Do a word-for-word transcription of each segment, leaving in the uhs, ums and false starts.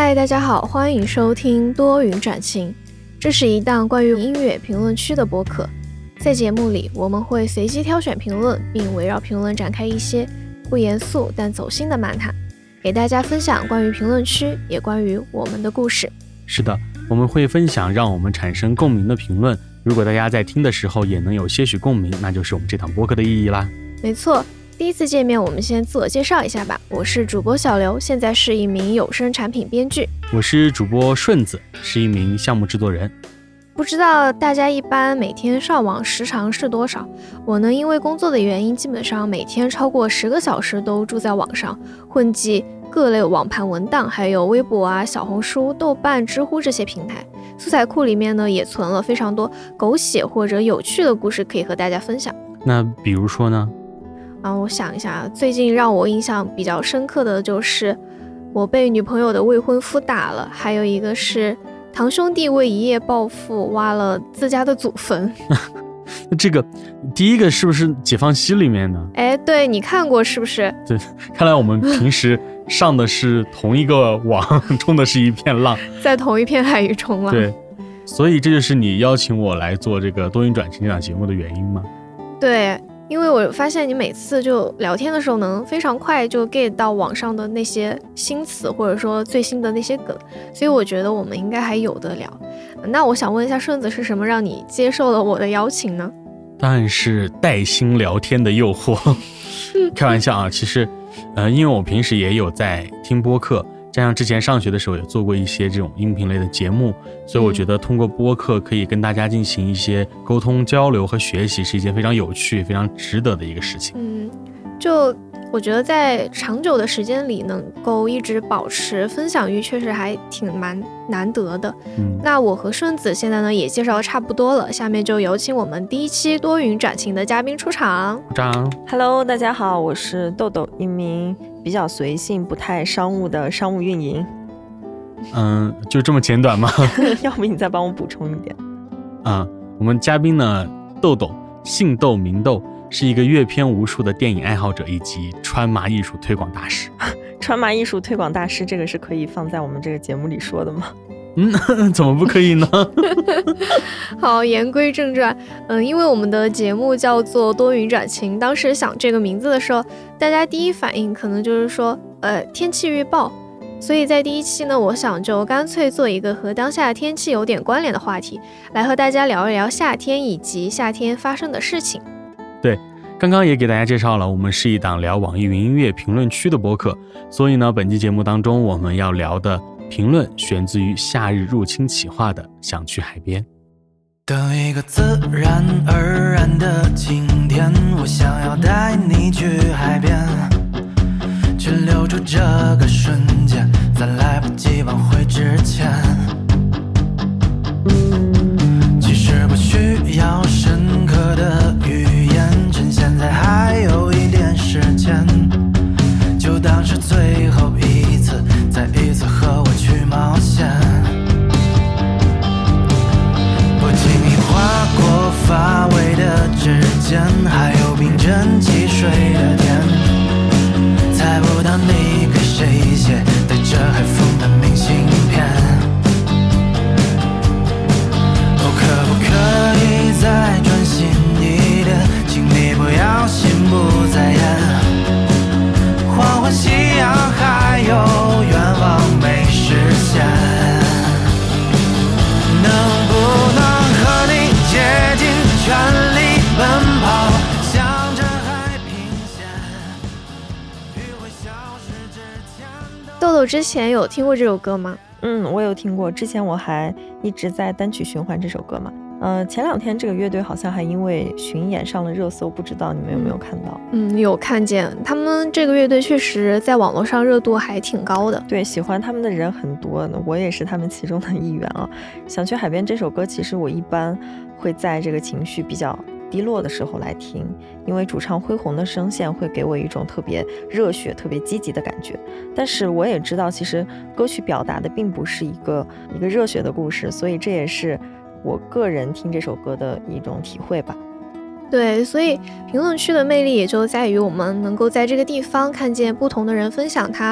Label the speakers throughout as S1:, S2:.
S1: 嗨，大家好，欢迎收听多云转晴，这是一档关于音乐评论区的播客。在节目里，我们会随机挑选评论，并围绕评论展开一些不严肃但走心的漫谈，给大家分享关于评论区，也关于我们的故事。
S2: 是的，我们会分享让我们产生共鸣的评论，如果大家在听的时候也能有些许共鸣，那就是我们这档播客的意义啦。
S1: 没错，第一次见面，我们先自我介绍一下吧。我是主播小刘，现在是一名有声产品编剧。
S2: 我是主播顺子，是一名项目制作人。
S1: 不知道大家一般每天上网时长是多少？我呢，因为工作的原因，基本上每天超过十个小时都住在网上，混迹各类网盘文档，还有微博啊、小红书、豆瓣、知乎这些平台。素材库里面呢，也存了非常多狗血或者有趣的故事可以和大家分享。
S2: 那比如说呢？
S1: 啊，我想一下，最近让我印象比较深刻的就是我被女朋友的未婚夫打了，还有一个是堂兄弟为一夜暴富挖了自家的祖坟。
S2: 这个第一个是不是解放西里面的？
S1: 哎，对，你看过是不是？
S2: 对，看来我们平时上的是同一个网，冲的是一片浪，
S1: 在同一片海域冲浪。
S2: 对，所以这就是你邀请我来做这个多云转晴这档节目的原因吗？
S1: 对，因为我发现你每次就聊天的时候能非常快就 get 到网上的那些新词，或者说最新的那些梗，所以我觉得我们应该还有得聊。那我想问一下顺子，是什么让你接受了我的邀请呢？
S2: 当然是带薪聊天的诱惑。开玩笑啊，其实呃，因为我平时也有在听播客，加上之前上学的时候也做过一些这种音频类的节目，所以我觉得通过播客可以跟大家进行一些沟通交流和学习，是一件非常有趣非常值得的一个事情。
S1: 嗯，就我觉得在长久的时间里能够一直保持分享欲，确实还挺蛮难得的。嗯，那我和顺子现在呢也介绍的差不多了，下面就有请我们第一期多云转晴的嘉宾出场。
S2: 出场。
S3: Hello， 大家好，我是豆豆，一名比较随性、不太商务的商务运营。
S2: 嗯，就这么简短吗？
S3: 要不你再帮我补充一点。
S2: 嗯，我们嘉宾呢，豆豆，姓豆名豆，是一个阅片无数的电影爱好者以及川麻艺术推广大师。
S3: 川麻艺术推广大师，这个是可以放在我们这个节目里说的吗？
S2: 嗯，怎么不可以呢？
S1: 好，言归正传，嗯，因为我们的节目叫做多云转晴，当时想这个名字的时候，大家第一反应可能就是说，呃，天气预报。所以在第一期呢，我想就干脆做一个和当下天气有点关联的话题，来和大家聊一聊夏天以及夏天发生的事情。
S2: 对，刚刚也给大家介绍了，我们是一档聊网易云音乐评论区的播客，所以呢，本期节目当中我们要聊的评论选自于夏日入侵企划的想去海边。
S4: 等一个自然而然的晴天，我想要带你去海边，去留住这个瞬间，在来不及挽回之前。其实不需要深刻的语言，趁现在还有一点时间，就当是最后一次，再一次和我去冒险。不经意划过发尾的指尖，还有冰镇汽水的甜，猜不到你给谁写带着海风的明信片。哦，可不可以再专心一点，请你不要心不在焉，缓缓夕阳还有愿望没实现，能不能和你竭尽全力奔跑，向着海平线，余晖消失之前。
S1: 豆豆之前有听过这首歌吗？
S3: 嗯，我有听过，之前我还一直在单曲循环这首歌嘛。呃，前两天这个乐队好像还因为巡演上了热搜，不知道你们有没有看到？
S1: 嗯，有看见，他们这个乐队确实在网络上热度还挺高的。
S3: 对，喜欢他们的人很多，我也是他们其中的一员啊。想去海边这首歌，其实我一般会在这个情绪比较低落的时候来听，因为主唱恢宏的声线会给我一种特别热血、特别积极的感觉。但是我也知道，其实歌曲表达的并不是一个一个热血的故事，所以这也是我个人听这首歌的一种体会吧。
S1: 对，所以评论区的魅力也就在于我们能够在这个地方看见不同的人分享他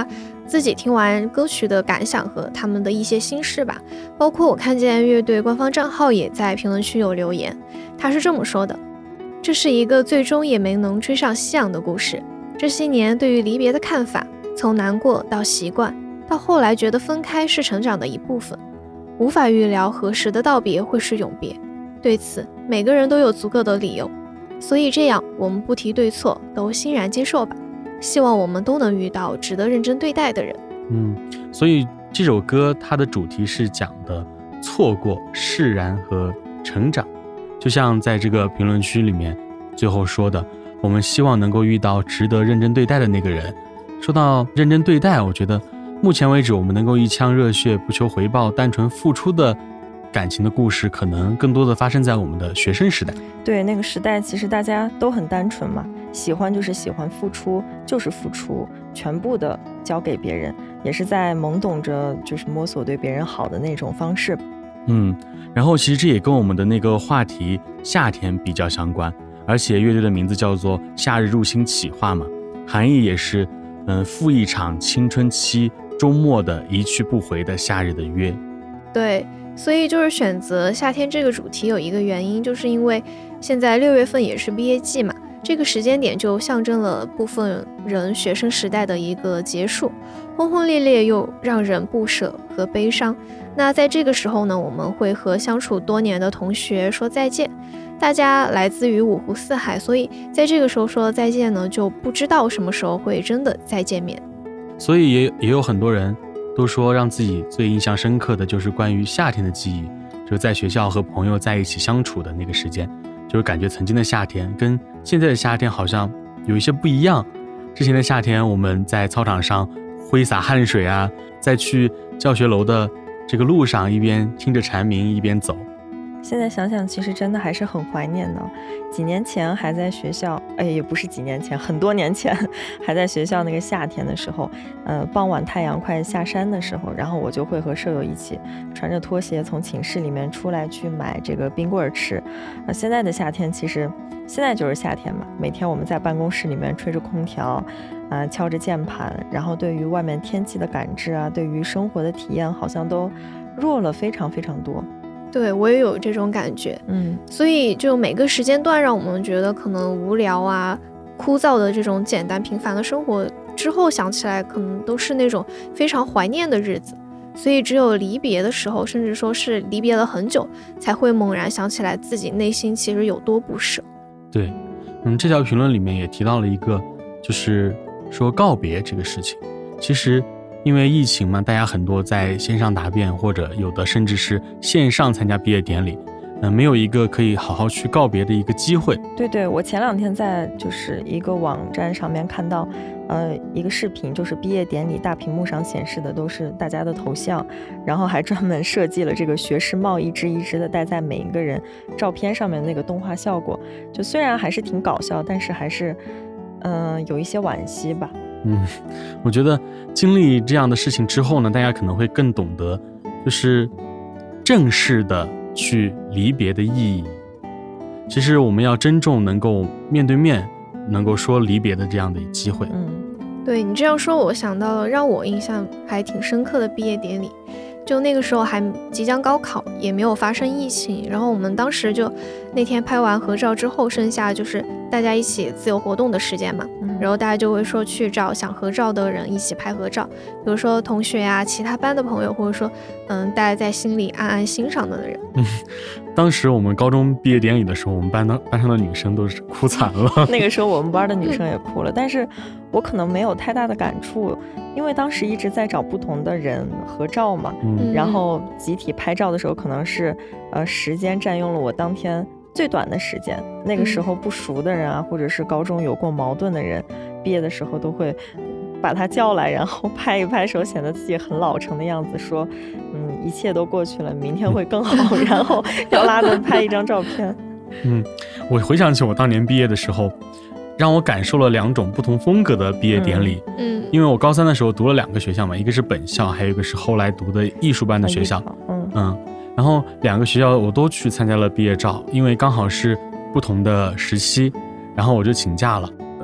S1: 自己听完歌曲的感想和他们的一些心事吧。包括我看见乐队官方账号也在评论区有留言，他是这么说的：这是一个最终也没能追上夕阳的故事。这些年对于离别的看法，从难过到习惯，到后来觉得分开是成长的一部分，无法预料何时的道别会是永别。对此，每个人都有足够的理由，所以这样我们不提对错，都欣然接受吧。希望我们都能遇到值得认真对待的人。
S2: 嗯，所以这首歌它的主题是讲的错过、释然和成长。就像在这个评论区里面最后说的，我们希望能够遇到值得认真对待的那个人。说到认真对待，我觉得目前为止我们能够一腔热血不求回报单纯付出的感情的故事，可能更多的发生在我们的学生时代。
S3: 对，那个时代其实大家都很单纯嘛，喜欢就是喜欢，付出就是付出，全部的交给别人，也是在懵懂着就是摸索对别人好的那种方式。
S2: 嗯，然后其实这也跟我们的那个话题夏天比较相关，而且乐队的名字叫做夏日入侵企划嘛，含义也是嗯，赴一场青春期周末的一去不回的夏日的约。
S1: 对，所以就是选择夏天这个主题有一个原因，就是因为现在六月份也是毕业季嘛，这个时间点就象征了部分人学生时代的一个结束，轰轰烈烈又让人不舍和悲伤。那在这个时候呢，我们会和相处多年的同学说再见，大家来自于五湖四海，所以在这个时候说再见呢，就不知道什么时候会真的再见面。
S2: 所以也也有很多人都说让自己最印象深刻的就是关于夏天的记忆，就是在学校和朋友在一起相处的那个时间，就是感觉曾经的夏天跟现在的夏天好像有一些不一样。之前的夏天我们在操场上挥洒汗水啊，在去教学楼的这个路上一边听着蝉鸣一边走。
S3: 现在想想其实真的还是很怀念的。几年前还在学校，哎，也不是几年前，很多年前还在学校那个夏天的时候，呃，傍晚太阳快下山的时候，然后我就会和舍友一起穿着拖鞋从寝室里面出来去买这个冰棍吃。呃，现在的夏天其实现在就是夏天嘛，每天我们在办公室里面吹着空调，呃，敲着键盘，然后对于外面天气的感知啊，对于生活的体验好像都弱了非常非常多。
S1: 对，我也有这种感觉。
S3: 嗯，
S1: 所以就每个时间段让我们觉得可能无聊啊、枯燥的这种简单平凡的生活之后想起来，可能都是那种非常怀念的日子。所以只有离别的时候，甚至说是离别了很久，才会猛然想起来自己内心其实有多不舍。
S2: 对，嗯，这条评论里面也提到了一个，就是说告别这个事情。其实因为疫情嘛，大家很多在线上答辩，或者有的甚至是线上参加毕业典礼，嗯，没有一个可以好好去告别的一个机会。
S3: 对对，我前两天在就是一个网站上面看到，呃，一个视频，就是毕业典礼大屏幕上显示的都是大家的头像，然后还专门设计了这个学士帽一支一支的戴在每一个人照片上面那个动画效果，就虽然还是挺搞笑，但是还是，嗯、呃，有一些惋惜吧。
S2: 嗯，我觉得经历这样的事情之后呢，大家可能会更懂得，就是正式的去离别的意义。其实我们要珍重能够面对面，能够说离别的这样的机会。
S3: 嗯，
S1: 对，你这样说，我想到了让我印象还挺深刻的毕业典礼。就那个时候还即将高考，也没有发生疫情，然后我们当时就那天拍完合照之后，剩下就是大家一起自由活动的时间嘛，
S3: 嗯、
S1: 然后大家就会说去找想合照的人一起拍合照，比如说同学呀、啊、其他班的朋友，或者说嗯大家在心里暗暗欣赏的人。
S2: 嗯，当时我们高中毕业典礼的时候，我们班的班上的女生都是哭惨了。
S3: 那个时候我们班的女生也哭了，但是我可能没有太大的感触，因为当时一直在找不同的人合照嘛，
S2: 嗯，
S3: 然后集体拍照的时候，可能是呃时间占用了我当天最短的时间。那个时候不熟的人啊，或者是高中有过矛盾的人，毕业的时候都会把他叫来，然后拍一拍手，显得自己很老成的样子，说嗯一切都过去了，明天会更好，然后要拉着拍一张照片。
S2: 嗯，我回想起我当年毕业的时候，让我感受了两种不同风格的毕业典礼。
S1: 嗯，
S2: 因为我高三的时候读了两个学校嘛，一个是本校，还有一个是后来读的艺术班的学校。
S3: 嗯
S2: 嗯，然后两个学校我都去参加了毕业照，因为刚好是不同的时期，然后我就请假了。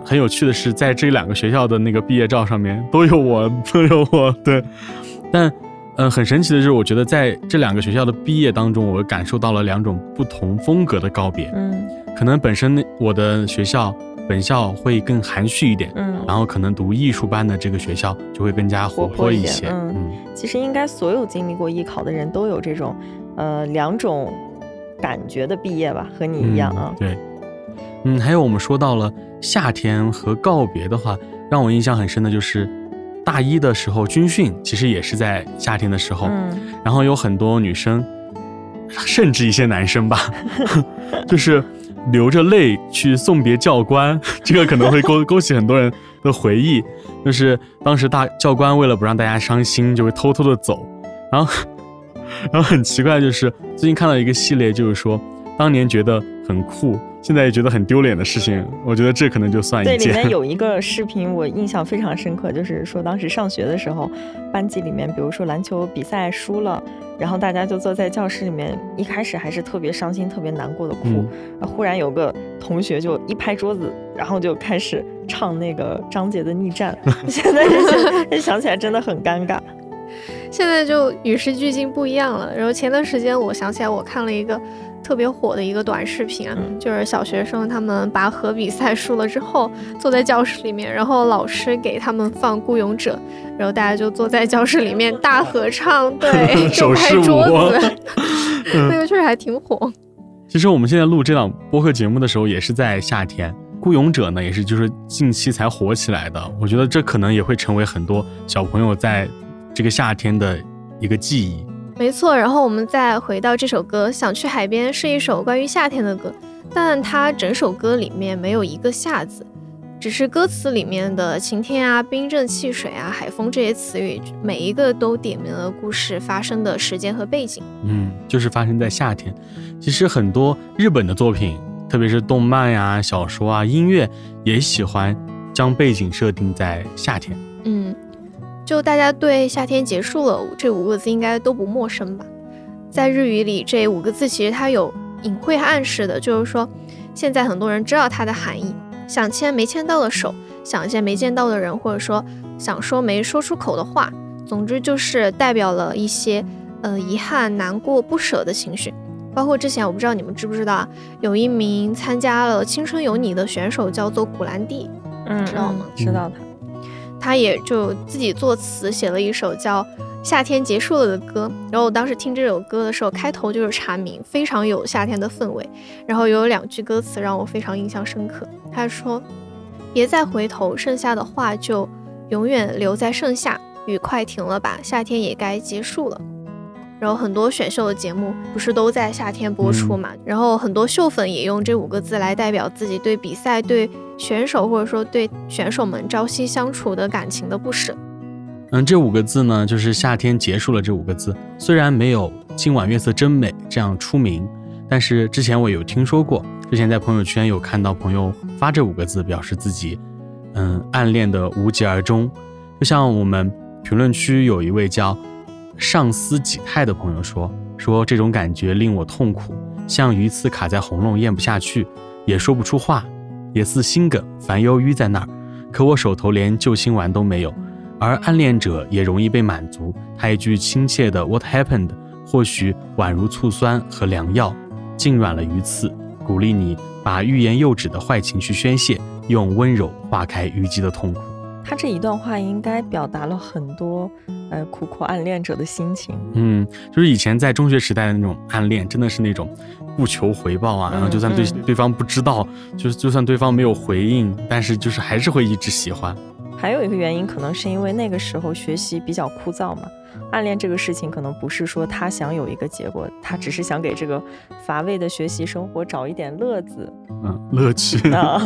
S2: 很有趣的是，在这两个学校的那个毕业照上面都有我，都有我。对，但嗯、呃，很神奇的是，我觉得在这两个学校的毕业当中，我感受到了两种不同风格的告别。
S3: 嗯，
S2: 可能本身我的学校本校会更含蓄一点，
S3: 嗯，
S2: 然后可能读艺术班的这个学校就会更加活泼一些。
S3: 嗯，
S2: 嗯，
S3: 其实应该所有经历过艺考的人都有这种呃两种感觉的毕业吧，和你一样啊。
S2: 嗯、对，嗯，还有我们说到了夏天和告别的话，让我印象很深的就是大一的时候军训，其实也是在夏天的时候，
S3: 嗯，
S2: 然后有很多女生，甚至一些男生吧，就是流着泪去送别教官，这个可能会勾勾起很多人的回忆。就是当时大教官为了不让大家伤心，就会偷偷的走。然后，然后很奇怪，就是最近看到一个系列，就是说当年觉得很酷，现在也觉得很丢脸的事情。我觉得这可能就算一件。
S3: 对，里面有一个视频我印象非常深刻，就是说当时上学的时候，班级里面，比如说篮球比赛输了。然后大家就坐在教室里面，一开始还是特别伤心、特别难过的哭。嗯、然后忽然有个同学就一拍桌子，然后就开始唱那个张杰的《逆战》。现在是想起来真的很尴尬。
S1: 现在就与时俱进不一样了。然后前段时间我想起来，我看了一个特别火的一个短视频啊，嗯、就是小学生他们拔河比赛输了之后，坐在教室里面，然后老师给他们放《孤勇者》，然后大家就坐在教室里面大合唱，对，就拍桌子，那个确实还挺火。
S2: 其实我们现在录这档播客节目的时候，也是在夏天。《孤勇者》呢，也是就是近期才火起来的。我觉得这可能也会成为很多小朋友在这个夏天的一个记忆。
S1: 没错，然后我们再回到这首歌《想去海边》，是一首关于夏天的歌，但它整首歌里面没有一个夏字，只是歌词里面的晴天啊、冰镇汽水啊、海风这些词语，每一个都点明了故事发生的时间和背景。
S2: 嗯，就是发生在夏天。其实很多日本的作品，特别是动漫呀、小说啊、音乐，也喜欢将背景设定在夏天。
S1: 嗯。就大家对夏天结束了这五个字应该都不陌生吧？在日语里，这五个字其实它有隐晦暗示的，就是说现在很多人知道它的含义，想牵没牵到的手，想见没见到的人，或者说想说没说出口的话，总之就是代表了一些呃遗憾、难过、不舍的情绪。包括之前我不知道你们知不知道啊，有一名参加了《青春有你》的选手叫做古兰蒂，
S3: 嗯，
S1: 知道吗？
S3: 知道他。
S1: 他也就自己作词写了一首叫《夏天结束了》的歌，然后我当时听这首歌的时候，开头就是蝉鸣，非常有夏天的氛围。然后有两句歌词让我非常印象深刻，他说：“别再回头，剩下的话就永远留在盛夏，雨快停了吧，夏天也该结束了。”然后很多选秀的节目不是都在夏天播出嘛、嗯、然后很多秀粉也用这五个字来代表自己对比赛、对选手或者说对选手们朝夕相处的感情的不舍。
S2: 嗯，这五个字呢，就是夏天结束了这五个字，虽然没有今晚月色真美这样出名，但是之前我有听说过，之前在朋友圈有看到朋友发这五个字，表示自己嗯暗恋的无疾而终。就像我们评论区有一位叫上司己泰的朋友说说这种感觉令我痛苦，像鱼刺卡在喉咙咽不下去，也说不出话，也似心梗烦忧郁在那儿，可我手头连救心丸都没有。而暗恋者也容易被满足，他一句亲切的 What happened 或许宛如醋酸和良药，浸软了鱼刺，鼓励你把欲言又止的坏情绪宣泄，用温柔化开淤积的痛苦。
S3: 他这一段话应该表达了很多呃苦苦暗恋者的心情。
S2: 嗯，就是以前在中学时代的那种暗恋，真的是那种不求回报啊，然后就算对、嗯、对方不知道，就是就算对方没有回应，但是就是还是会一直喜欢。
S3: 还有一个原因，可能是因为那个时候学习比较枯燥嘛，暗恋这个事情可能不是说他想有一个结果，他只是想给这个乏味的学习生活找一点乐子，
S2: 嗯，乐趣。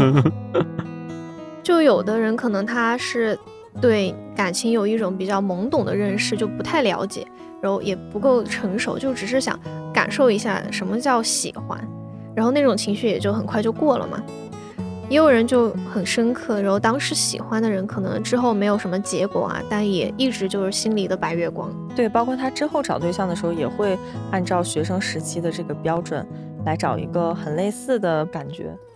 S1: 就有的人可能他是对感情有一种比较懵懂的认识，就不太了解，然后也不够成熟，就只是想感受一下什么叫喜欢，然后那种情绪也就很快就过了嘛。也有人就很深刻，然后当时喜欢的人可能之后没有什么结果啊，但也一直就是心里的白月光。
S3: 对，包括他之后找对象的时候也会按照学生时期的这个标准来找一个很类似的感觉。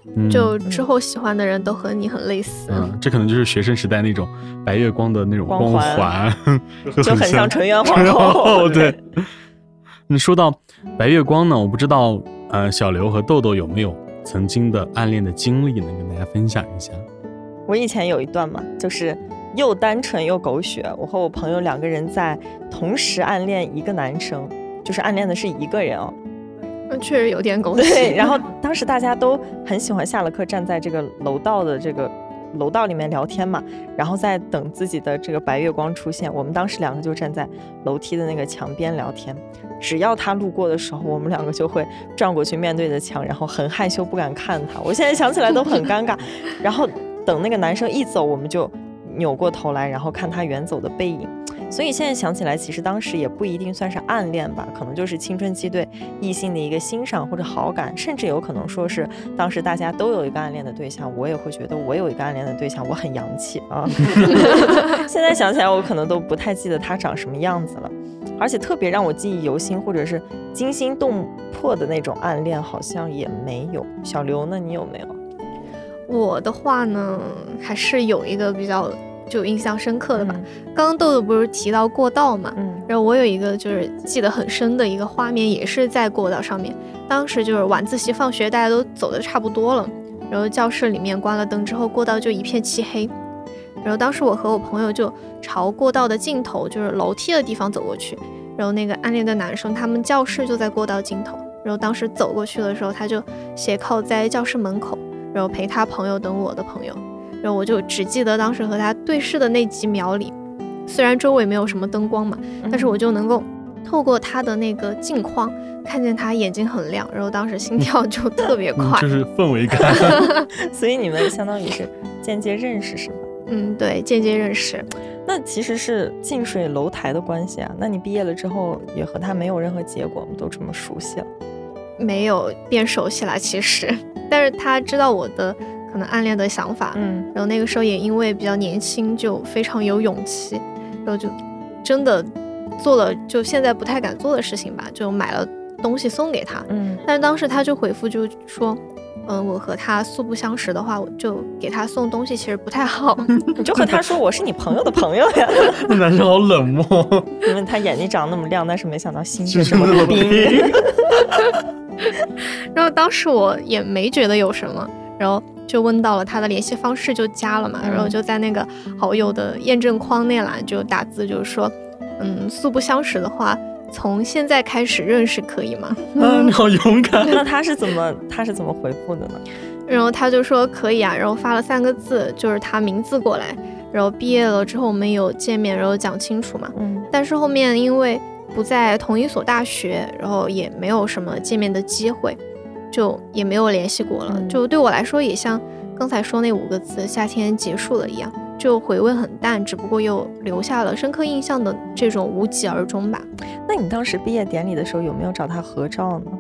S2: 嗯、
S1: 就之后喜欢的人都和你很类似。
S2: 嗯，这可能就是学生时代那种白月光的那种光环，
S3: 就很像纯元皇后。
S2: 对。你说到白月光呢，我不知道呃小刘和豆豆有没有曾经的暗恋的经历，能跟大家分享一下？
S3: 我以前有一段嘛，就是又单纯又狗血。我和我朋友两个人在同时暗恋一个男生，就是暗恋的是一个人哦。
S1: 确实有点狗血。
S3: 对，然后当时大家都很喜欢下了课站在这个楼道的这个楼道里面聊天嘛，然后在等自己的这个白月光出现。我们当时两个就站在楼梯的那个墙边聊天，只要他路过的时候，我们两个就会转过去面对着墙，然后很害羞不敢看他。我现在想起来都很尴尬。然后等那个男生一走，我们就扭过头来，然后看他远走的背影。所以现在想起来，其实当时也不一定算是暗恋吧，可能就是青春期对异性的一个欣赏或者好感，甚至有可能说是当时大家都有一个暗恋的对象，我也会觉得我有一个暗恋的对象，我很洋气啊。现在想起来，我可能都不太记得他长什么样子了，而且特别让我记忆犹新或者是惊心动魄的那种暗恋，好像也没有。小刘呢，你有没有？
S1: 我的话呢，还是有一个比较就印象深刻的吧。
S3: 嗯、
S1: 刚刚豆豆不是提到过道嘛，
S3: 嗯，
S1: 然后我有一个就是记得很深的一个画面，也是在过道上面。当时就是晚自习放学，大家都走的差不多了，然后教室里面关了灯之后，过道就一片漆黑。然后当时我和我朋友就朝过道的尽头，就是楼梯的地方走过去。然后那个暗恋的男生，他们教室就在过道尽头。然后当时走过去的时候，他就斜靠在教室门口，然后陪他朋友等我的朋友。然后我就只记得当时和他对视的那几秒里，虽然周围没有什么灯光嘛，但是我就能够透过他的那个镜框看见他眼睛很亮，然后当时心跳就特别快，
S2: 嗯、就是氛围感。
S3: 所以你们相当于是间接认识是吗？
S1: 嗯，对，间接认识。
S3: 那其实是近水楼台的关系啊。那你毕业了之后也和他没有任何结果，我们都这么熟悉了？
S1: 没有变熟悉了，其实，但是他知道我的可能暗恋的想法，
S3: 嗯，
S1: 然后那个时候也因为比较年轻，就非常有勇气，然后就真的做了就现在不太敢做的事情吧，就买了东西送给他，
S3: 嗯，
S1: 但是当时他就回复就说，嗯、呃，我和他素不相识的话，我就给他送东西其实不太好。
S3: 你就和他说我是你朋友的朋友呀。
S2: 那男生好冷漠，
S3: 因为他眼睛长那么亮，但是没想到心是这么冰。
S1: 然后当时我也没觉得有什么，然后就问到了他的联系方式，就加了嘛，
S3: 嗯、
S1: 然后就在那个好友的验证框那栏就打字，就是说，嗯，素不相识的话，从现在开始认识可以吗？
S2: 啊，你好勇敢。
S3: 那他是怎么他是怎么回复的呢？
S1: 然后他就说可以啊，然后发了三个字，就是他名字过来。然后毕业了之后我们有见面，然后讲清楚嘛。
S3: 嗯，
S1: 但是后面因为不在同一所大学，然后也没有什么见面的机会，就也没有联系过了。
S3: 嗯、
S1: 就对我来说也像刚才说那五个字夏天结束了一样，就回味很淡，只不过又留下了深刻印象的这种无疾而终吧。
S3: 那你当时毕业典礼的时候有没有找他合照呢？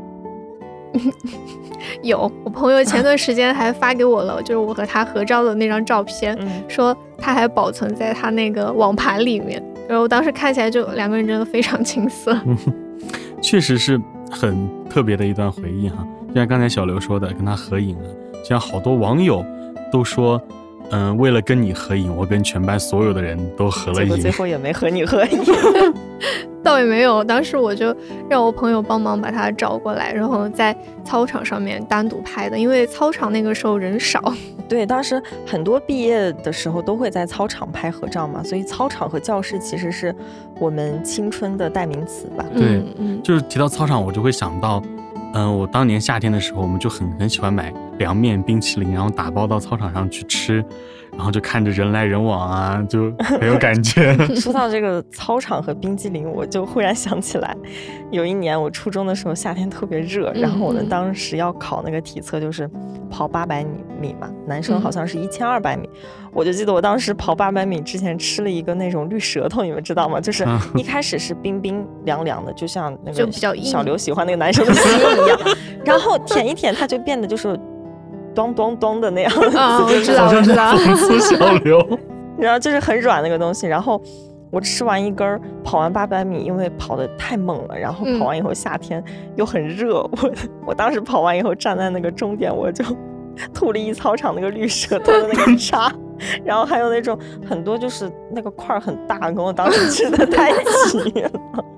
S1: 有，我朋友前段时间还发给我了，就是我和他合照的那张照片，
S3: 嗯、
S1: 说他还保存在他那个网盘里面，然后当时看起来就两个人真的非常青涩。
S2: 嗯、确实是很特别的一段回忆哈，就像刚才小刘说的，跟他合影了，像好多网友都说，嗯、呃，为了跟你合影，我跟全班所有的人都合了影，
S3: 结果最后也没和你合影。
S1: 倒也没有，当时我就让我朋友帮忙把他找过来，然后在操场上面单独拍的，因为操场那个时候人少。
S3: 对，当时很多毕业的时候都会在操场拍合照嘛，所以操场和教室其实是我们青春的代名词吧。
S2: 对，
S1: 嗯嗯、
S2: 就是提到操场，我就会想到，嗯、呃，我当年夏天的时候，我们就很很喜欢买凉面、冰淇淋，然后打包到操场上去吃。然后就看着人来人往啊，就很有感觉。
S3: 说到这个操场和冰激凌，我就忽然想起来，有一年我初中的时候，夏天特别热，然后我们当时要考那个体测，就是跑八百米嘛，男生好像是一千二百米。嗯、我就记得我当时跑八百米之前吃了一个那种绿舌头，你们知道吗？就是一开始是冰冰凉凉的，就像那个小刘喜欢那个男生的心一样，然后舔一舔，它就变得就是。咚咚咚的那样子，
S1: 啊，我知道，我知道，
S2: 讽刺小刘。
S3: 然后就是很软那个东西，然后我吃完一根，跑完八百米，因为跑得太猛了，然后跑完以后夏天又很热，嗯、我我当时跑完以后站在那个终点，我就吐了一操场那个绿舌头的那个渣。然后还有那种很多就是那个块很大，跟我当时吃的太急了。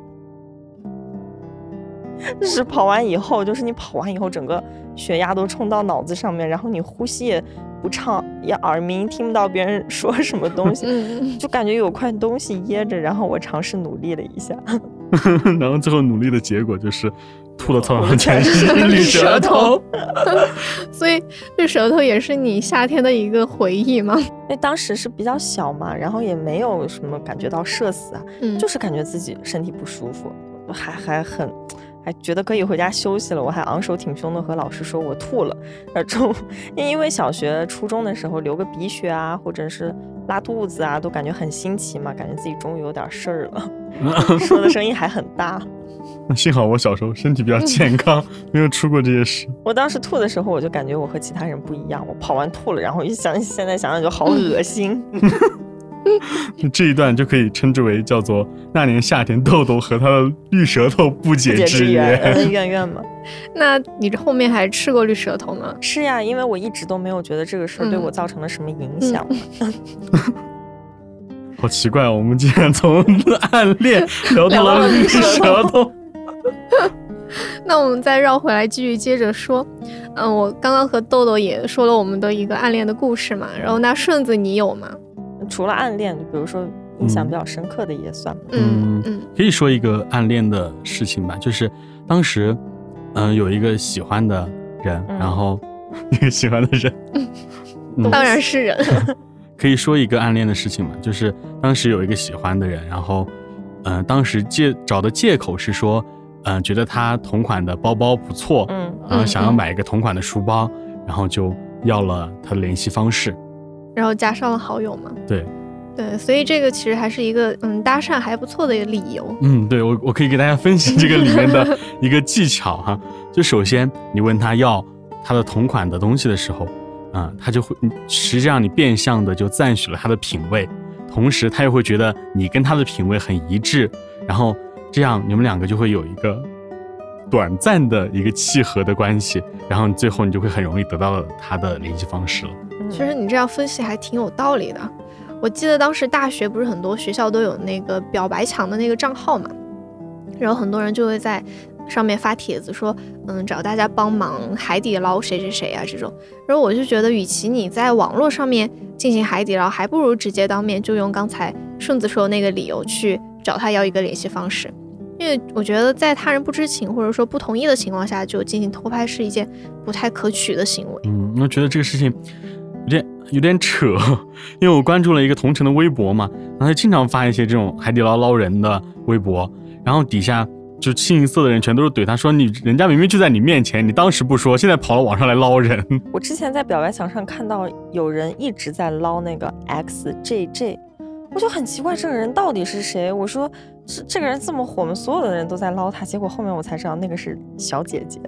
S3: 就是跑完以后，就是你跑完以后，整个血压都冲到脑子上面，然后你呼吸也不畅，也耳鸣，听不到别人说什么东西，就感觉有块东西噎着。然后我尝试努力了一下，
S2: 然后最后努力的结果就是吐了操场全是绿舌头。
S1: 所以绿舌头也是你夏天的一个回忆吗？
S3: 因为当时是比较小嘛，然后也没有什么感觉到社死啊，嗯、就是感觉自己身体不舒服，还还很。还觉得可以回家休息了，我还昂首挺胸的和老师说我吐了。而中，因为小学、初中的时候流个鼻血啊，或者是拉肚子啊，都感觉很新奇嘛，感觉自己终于有点事儿了，说的声音还很大。
S2: 幸好我小时候身体比较健康，没有出过这些事。
S3: 我当时吐的时候，我就感觉我和其他人不一样，我跑完吐了，然后一想，现在想想就好恶心。
S2: 这一段就可以称之为叫做那年夏天豆豆和他的绿舌头不解之缘。
S3: 嗯，怨怨嘛。
S1: 那你后面还吃过绿舌头吗？
S3: 是呀，因为我一直都没有觉得这个事儿对我造成了什么影响。嗯
S2: 嗯、好奇怪，我们竟然从暗恋聊到了绿舌头。
S1: 那我们再绕回来继续接着说。嗯，我刚刚和豆豆也说了我们的一个暗恋的故事嘛，然后那顺子你有吗？
S3: 除了暗恋，比如说印象比较深刻的也算。
S2: 嗯嗯，可以说一个暗恋的事情吧，就是当时，嗯、呃，有一个喜欢的人，嗯、然后一个喜欢的人，
S1: 嗯、当然是人。
S2: 可以说一个暗恋的事情嘛，就是当时有一个喜欢的人，然后，嗯、呃，当时借找的借口是说，嗯、呃，觉得他同款的包包不错，嗯，然后想要买一个同款的书包，嗯、然后就要了他的联系方式。
S1: 然后加上了好友嘛，
S2: 对，
S1: 对，所以这个其实还是一个嗯搭讪还不错的一个理由。
S2: 嗯，对，我我可以给大家分析这个里面的一个技巧哈。就首先你问他要他的同款的东西的时候，啊、嗯，他就会实际上你变相的就赞许了他的品味，同时他又会觉得你跟他的品味很一致，然后这样你们两个就会有一个短暂的一个契合的关系，然后最后你就会很容易得到了他的联系方式了。
S1: 其实你这样分析还挺有道理的。我记得当时大学不是很多学校都有那个表白墙的那个账号嘛，然后很多人就会在上面发帖子说，嗯，找大家帮忙海底捞谁谁谁啊这种。然后我就觉得，与其你在网络上面进行海底捞，还不如直接当面就用刚才顺子说的那个理由去找他要一个联系方式。因为我觉得在他人不知情或者说不同意的情况下就进行偷拍是一件不太可取的行为。
S2: 嗯，我觉得这个事情有点有点扯，因为我关注了一个同城的微博嘛，然后他经常发一些这种海底捞捞人的微博，然后底下就清一色的人全都是怼他说，你人家明明就在你面前，你当时不说，现在跑到网上来捞人。
S3: 我之前在表白墙上看到有人一直在捞那个 X J J， 我就很奇怪这个人到底是谁，我说这这个人这么火，我们所有的人都在捞他，结果后面我才知道那个是小姐姐。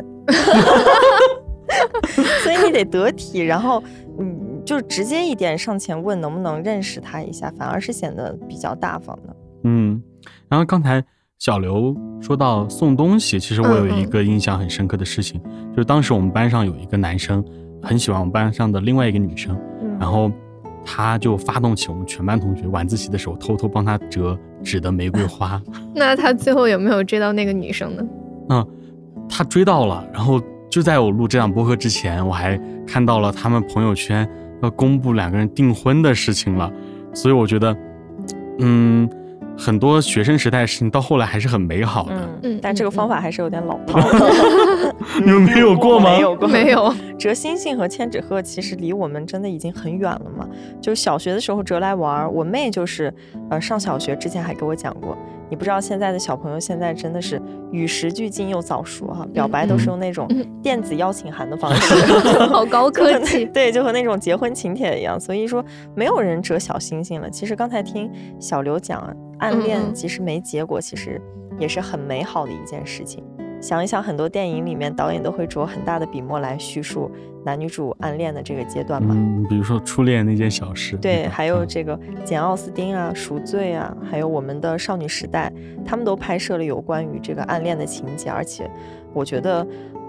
S3: 所以你得得体，然后嗯，就直接一点上前问能不能认识他一下，反而是显得比较大方的。
S2: 嗯，然后刚才小刘说到送东西，其实我有一个印象很深刻的事情，嗯嗯就是当时我们班上有一个男生很喜欢我们班上的另外一个女生，嗯、然后他就发动起我们全班同学晚自习的时候偷偷帮他折纸的玫瑰花。
S1: 那他最后有没有追到那个女生呢？
S2: 嗯，他追到了，然后就在我录这档播客之前，我还看到了他们朋友圈要公布两个人订婚的事情了，所以我觉得嗯很多学生时代的事情到后来还是很美好的。
S3: 嗯嗯，但这个方法还是有点老套。
S2: 你们没有过吗？
S3: 没有过，
S1: 没有。
S3: 折星星和千纸鹤其实离我们真的已经很远了嘛。就小学的时候折来玩，我妹就是呃上小学之前还给我讲过。你不知道现在的小朋友现在真的是与时俱进又早熟哈、啊，表白都是用那种电子邀请函的方式，
S1: 嗯、好高科技。
S3: 对，就和那种结婚请帖一样。所以说没有人折小星星了。其实刚才听小刘讲，暗恋即使没结果，其实也是很美好的一件事情。想一想，很多电影里面导演都会着很大的笔墨来叙述男女主暗恋的这个阶段嘛，
S2: 嗯，比如说初恋那件小事，
S3: 对，还有这个简奥斯汀啊、赎罪啊，还有我们的少女时代，他们都拍摄了有关于这个暗恋的情节，而且我觉得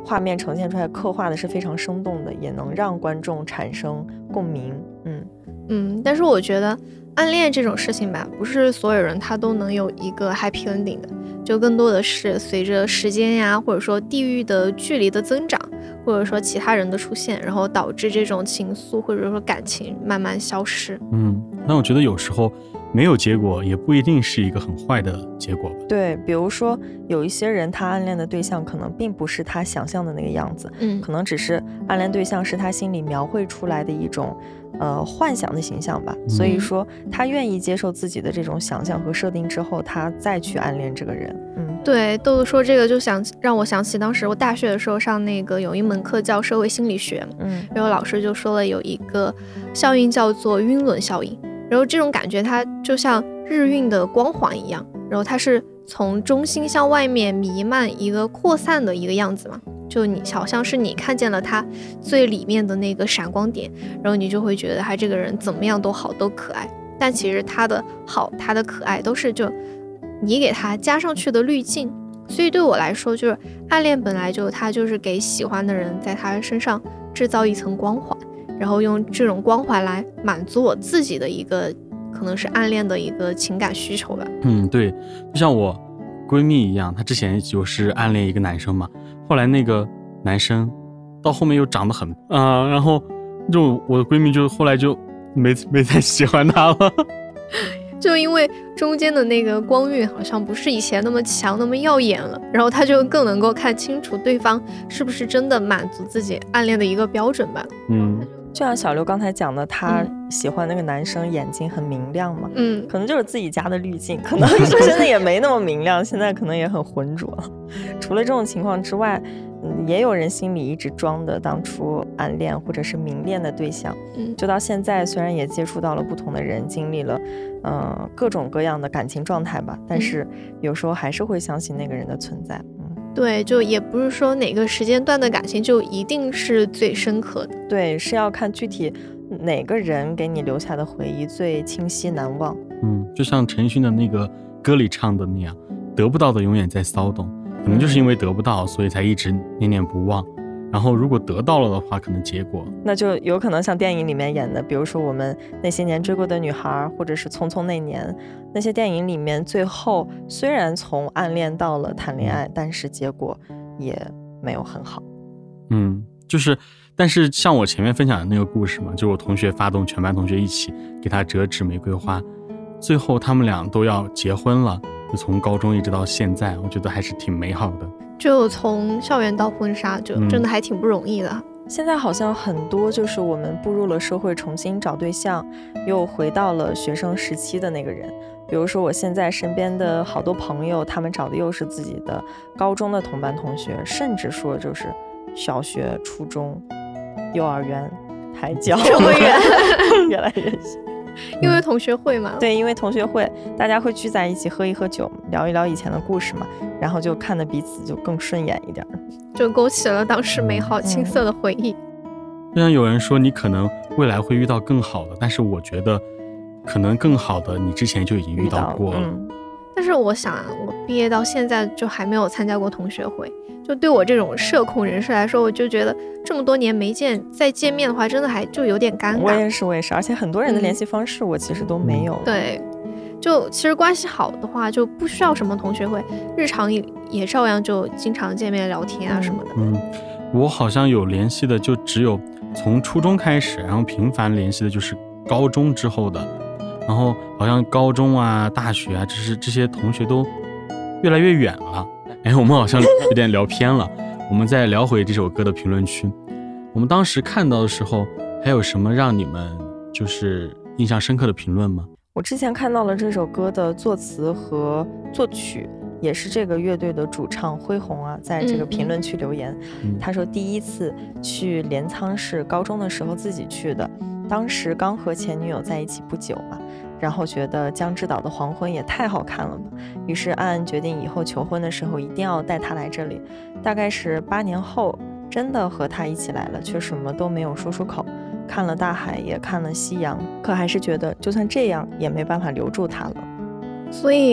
S3: 画面呈现出来刻画的是非常生动的，也能让观众产生共鸣。嗯
S1: 嗯，但是我觉得暗恋这种事情吧，不是所有人他都能有一个 happy ending 的，就更多的是随着时间呀，或者说地域的距离的增长，或者说其他人的出现，然后导致这种情愫或者说感情慢慢消失。
S2: 嗯，那我觉得有时候没有结果也不一定是一个很坏的结果吧。
S3: 对，比如说有一些人他暗恋的对象可能并不是他想象的那个样子，
S1: 嗯，
S3: 可能只是暗恋对象是他心里描绘出来的一种呃幻想的形象吧，
S2: 嗯、
S3: 所以说他愿意接受自己的这种想象和设定之后，他再去暗恋这个人。嗯，
S1: 对，豆豆说这个就想让我想起当时我大学的时候上那个有一门课叫社会心理学，
S3: 嗯，
S1: 然后老师就说了有一个效应叫做晕轮效应，然后这种感觉它就像日晕的光环一样，然后它是从中心向外面弥漫一个扩散的一个样子嘛，就你好像是你看见了它最里面的那个闪光点，然后你就会觉得他这个人怎么样都好，都可爱，但其实他的好他的可爱都是就你给他加上去的滤镜。所以对我来说，就是暗恋本来就他就是给喜欢的人在他身上制造一层光环，然后用这种光环来满足我自己的一个可能是暗恋的一个情感需求吧。
S2: 嗯，对，就像我闺蜜一样，她之前就是暗恋一个男生嘛，后来那个男生到后面又长得很啊、呃，然后就我的闺蜜就后来就没没再喜欢他了。
S1: 就因为中间的那个光晕好像不是以前那么强那么耀眼了，然后他就更能够看清楚对方是不是真的满足自己暗恋的一个标准吧。
S2: 嗯，
S3: 就像小刘刚才讲的，他喜欢那个男生眼睛很明亮嘛，
S1: 嗯，
S3: 可能就是自己加的滤镜，可能真的也没那么明亮，现在可能也很浑浊。除了这种情况之外，嗯，也有人心里一直装的当初暗恋或者是明恋的对象，
S1: 嗯，
S3: 就到现在虽然也接触到了不同的人，经历了呃各种各样的感情状态吧，但是有时候还是会相信那个人的存在。嗯，
S1: 对，就也不是说哪个时间段的感情就一定是最深刻的，
S3: 对，是要看具体哪个人给你留下的回忆最清晰难忘。
S2: 嗯，就像陈奕迅的那个歌里唱的那样，得不到的永远在骚动，可能就是因为得不到，所以才一直念念不忘。然后如果得到了的话，可能结果
S3: 那就有可能像电影里面演的，比如说我们那些年追过的女孩，或者是匆匆那年，那些电影里面最后虽然从暗恋到了谈恋爱，但是结果也没有很好。
S2: 嗯，就是但是像我前面分享的那个故事嘛，就是我同学发动全班同学一起给他折纸玫瑰花，最后他们俩都要结婚了，就从高中一直到现在，我觉得还是挺美好的。
S1: 就从校园到婚纱，就真的还挺不容易的。
S3: 嗯，现在好像很多就是我们步入了社会，重新找对象，又回到了学生时期的那个人。比如说我现在身边的好多朋友，他们找的又是自己的高中的同班同学，甚至说就是小学、初中、幼儿园、胎教，
S1: 这么远
S3: 越来越小。
S1: 因为同学会嘛，
S3: 对，因为同学会，大家会聚在一起喝一喝酒，聊一聊以前的故事嘛，然后就看得彼此就更顺眼一点，
S1: 就勾起了当时美好青涩的回忆。
S2: 就像有人说你可能未来会遇到更好的，但是我觉得可能更好的你之前就已经遇到过了。
S3: 嗯，
S1: 但是我想啊，我毕业到现在就还没有参加过同学会，就对我这种社恐人士来说，我就觉得这么多年没见，再见面的话，真的还就有点尴尬。
S3: 我也是，我也是，而且很多人的联系方式我其实都没有。
S1: 嗯、对，就其实关系好的话，就不需要什么同学会，日常也也照样就经常见面聊天啊什么的。
S2: 嗯，我好像有联系的就只有从初中开始，然后频繁联系的就是高中之后的，然后好像高中啊、大学啊，就是这些同学都越来越远了。哎，我们好像有点聊偏了。我们再聊回这首歌的评论区，我们当时看到的时候，还有什么让你们就是印象深刻的评论吗？
S3: 我之前看到了这首歌的作词和作曲，也是这个乐队的主唱恢宏啊，在这个评论区留言，
S2: 嗯、
S3: 他说第一次去镰仓市，高中的时候自己去的，当时刚和前女友在一起不久嘛，然后觉得江之岛的黄昏也太好看了吧，于是暗暗决定以后求婚的时候一定要带她来这里。大概是八年后，真的和她一起来了，却什么都没有说出口。看了大海，也看了夕阳，可还是觉得就算这样也没办法留住她了。
S1: 所以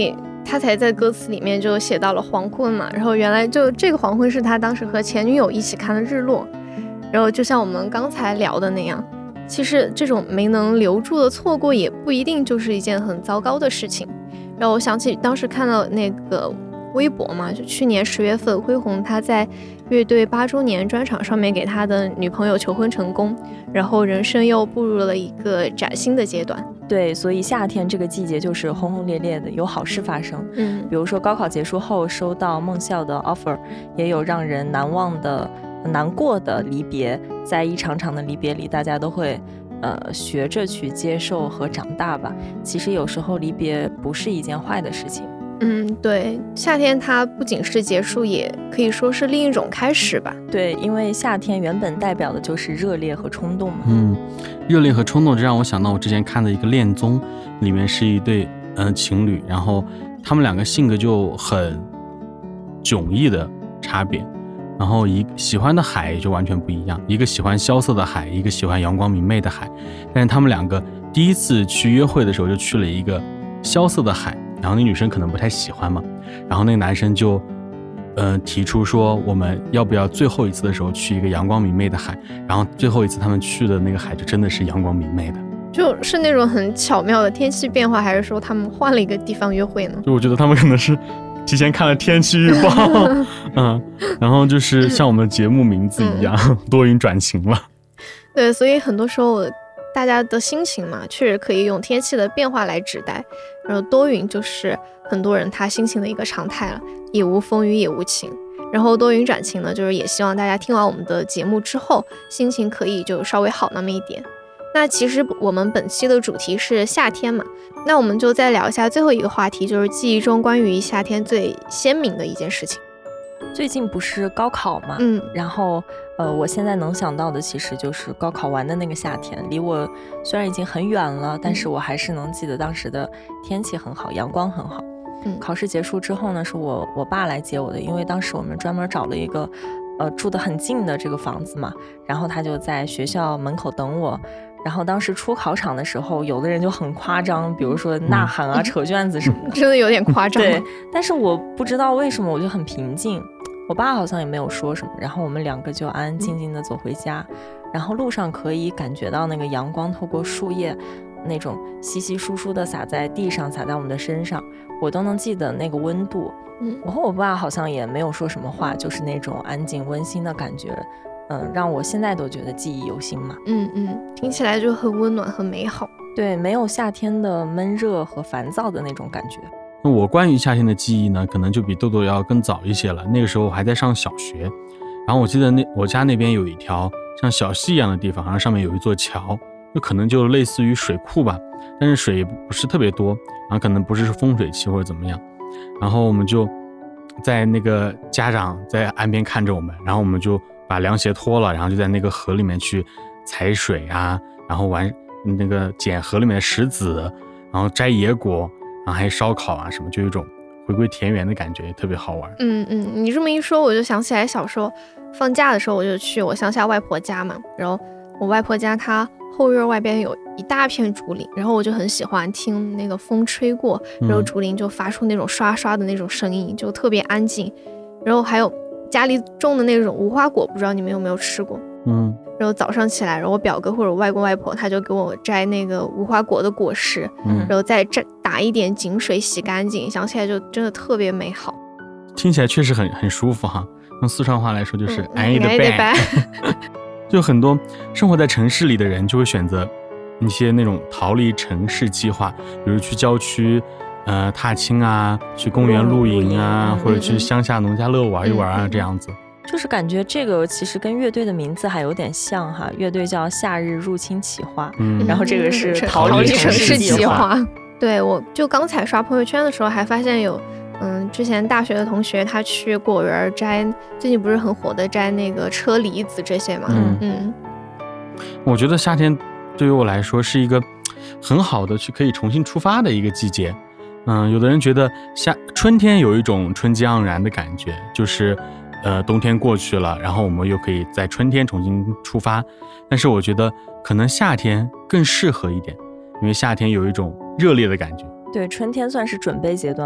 S1: 他才在歌词里面就写到了黄昏嘛，然后原来就这个黄昏是他当时和前女友一起看的日落，然后就像我们刚才聊的那样，其实这种没能留住的错过也不一定就是一件很糟糕的事情。然后我想起当时看到那个微博嘛，就去年十月份恢宏他在乐队八周年专场上面给他的女朋友求婚成功，然后人生又步入了一个崭新的阶段。
S3: 对，所以夏天这个季节就是轰轰烈烈的，有好事发生。
S1: 嗯，
S3: 比如说高考结束后收到梦校的 offer， 也有让人难忘的、难过的离别。在一场场的离别里，大家都会呃学着去接受和长大吧。其实有时候离别不是一件坏的事情。
S1: 嗯，对，夏天它不仅是结束，也可以说是另一种开始吧。
S3: 对，因为夏天原本代表的就是热烈和冲动嘛。
S2: 嗯，热烈和冲动，这让我想到我之前看的一个恋综，里面是一对呃情侣，然后他们两个性格就很迥异的差别，然后一喜欢的海就完全不一样，一个喜欢萧瑟的海，一个喜欢阳光明媚的海，但是他们两个第一次去约会的时候就去了一个萧瑟的海。然后那女生可能不太喜欢嘛，然后那个男生就呃提出说我们要不要最后一次的时候去一个阳光明媚的海，然后最后一次他们去的那个海就真的是阳光明媚的，
S1: 就是那种很巧妙的天气变化，还是说他们换了一个地方约会呢？
S2: 就我觉得他们可能是提前看了天气预报嗯，然后就是像我们节目名字一样、嗯、多云转晴了。
S1: 对，所以很多时候大家的心情嘛，确实可以用天气的变化来指代。然后多云就是很多人他心情的一个常态了，也无风雨也无晴。然后多云转晴呢，就是也希望大家听完我们的节目之后，心情可以就稍微好那么一点。那其实我们本期的主题是夏天嘛，那我们就再聊一下最后一个话题，就是记忆中关于夏天最鲜明的一件事情。
S3: 最近不是高考嘛，
S1: 嗯，
S3: 然后呃，我现在能想到的其实就是高考完的那个夏天，离我虽然已经很远了，但是我还是能记得当时的天气很好，阳光很好。
S1: 嗯，
S3: 考试结束之后呢，是我我爸来接我的，因为当时我们专门找了一个呃住得很近的这个房子嘛，然后他就在学校门口等我。然后当时出考场的时候，有的人就很夸张，比如说呐喊啊、嗯、扯卷子什么的，
S1: 真的有点夸张。
S3: 对，但是我不知道为什么，我就很平静。我爸好像也没有说什么，然后我们两个就安安静静的走回家。然后路上可以感觉到那个阳光透过树叶，那种稀稀疏疏的洒在地上，洒在我们的身上，我都能记得那个温度。
S1: 嗯，
S3: 我和我爸好像也没有说什么话，就是那种安静温馨的感觉。嗯，让我现在都觉得记忆犹新嘛。
S1: 嗯嗯，听起来就很温暖很美好。
S3: 对，没有夏天的闷热和烦躁的那种感觉。
S2: 那我关于夏天的记忆呢，可能就比豆豆要更早一些了。那个时候我还在上小学，然后我记得那我家那边有一条像小溪一样的地方，然后上面有一座桥，就可能就类似于水库吧，但是水不是特别多，然后可能不是丰水期或者怎么样。然后我们就在那个家长在岸边看着我们，然后我们就把凉鞋脱了，然后就在那个河里面去踩水啊，然后玩那个捡河里面的石子，然后摘野果，然后还烧烤啊什么，就有一种回归田园的感觉，特别好玩。
S1: 嗯嗯，你这么一说，我就想起来小时候放假的时候，我就去我乡下外婆家嘛，然后我外婆家她后院外边有一大片竹林，然后我就很喜欢听那个风吹过，然后竹林就发出那种刷刷的那种声音，就特别安静。然后还有家里种的那种无花果，不知道你们有没有吃过？
S2: 嗯，
S1: 然后早上起来，然后我表哥或者外公外婆他就给我摘那个无花果的果实，
S2: 嗯，
S1: 然后再打一点井水洗干净，想起来就真的特别美好。
S2: 听起来确实很很舒服哈。用四川话来说就是安逸的
S1: 拜。
S2: 就很多生活在城市里的人就会选择一些那种逃离城市计划，比如去郊区呃踏青啊，去公园露营啊，
S3: 嗯、
S2: 或者去乡下农家乐玩一玩啊、嗯、这样子。
S3: 就是感觉这个其实跟乐队的名字还有点像哈，乐队叫夏日入侵企划，
S2: 嗯，
S3: 然后这个是
S1: 逃离城市计
S3: 划。
S1: 对，我就刚才刷朋友圈的时候还发现有嗯，之前大学的同学他去果园摘，最近不是很火的摘那个车厘子这些嘛。
S2: 嗯
S1: 嗯，
S2: 我觉得夏天对于我来说是一个很好的去可以重新出发的一个季节。嗯，有的人觉得夏春天有一种春季盎然的感觉，就是呃冬天过去了，然后我们又可以在春天重新出发。但是我觉得可能夏天更适合一点，因为夏天有一种热烈的感觉。
S3: 对，春天算是准备阶段嘛，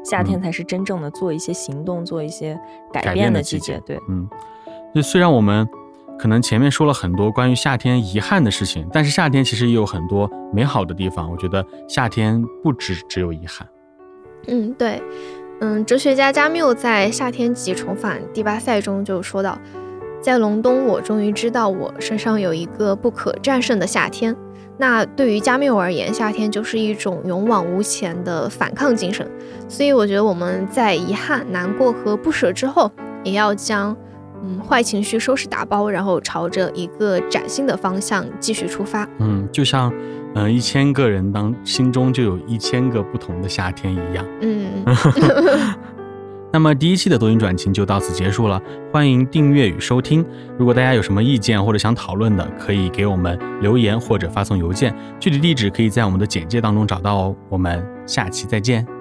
S3: 夏天才是真正的做一些行动、做一些改
S2: 改
S3: 变
S2: 变的季
S3: 的季节。对，
S2: 嗯，就虽然我们可能前面说了很多关于夏天遗憾的事情，但是夏天其实也有很多美好的地方。我觉得夏天不只只有遗憾。
S1: 嗯，对，嗯，哲学家加缪在《夏天即重返第八赛》中就说到，在隆冬，我终于知道我身上有一个不可战胜的夏天。那对于加缪而言，夏天就是一种勇往无前的反抗精神。所以我觉得我们在遗憾、难过和不舍之后，也要将嗯坏情绪收拾打包，然后朝着一个崭新的方向继续出发。
S2: 嗯，就像嗯、呃、一千个人当心中就有一千个不同的夏天一样。
S1: 嗯。
S2: 那么第一期的多云转晴就到此结束了，欢迎订阅与收听。如果大家有什么意见或者想讨论的，可以给我们留言或者发送邮件，具体地址可以在我们的简介当中找到哦。我们下期再见。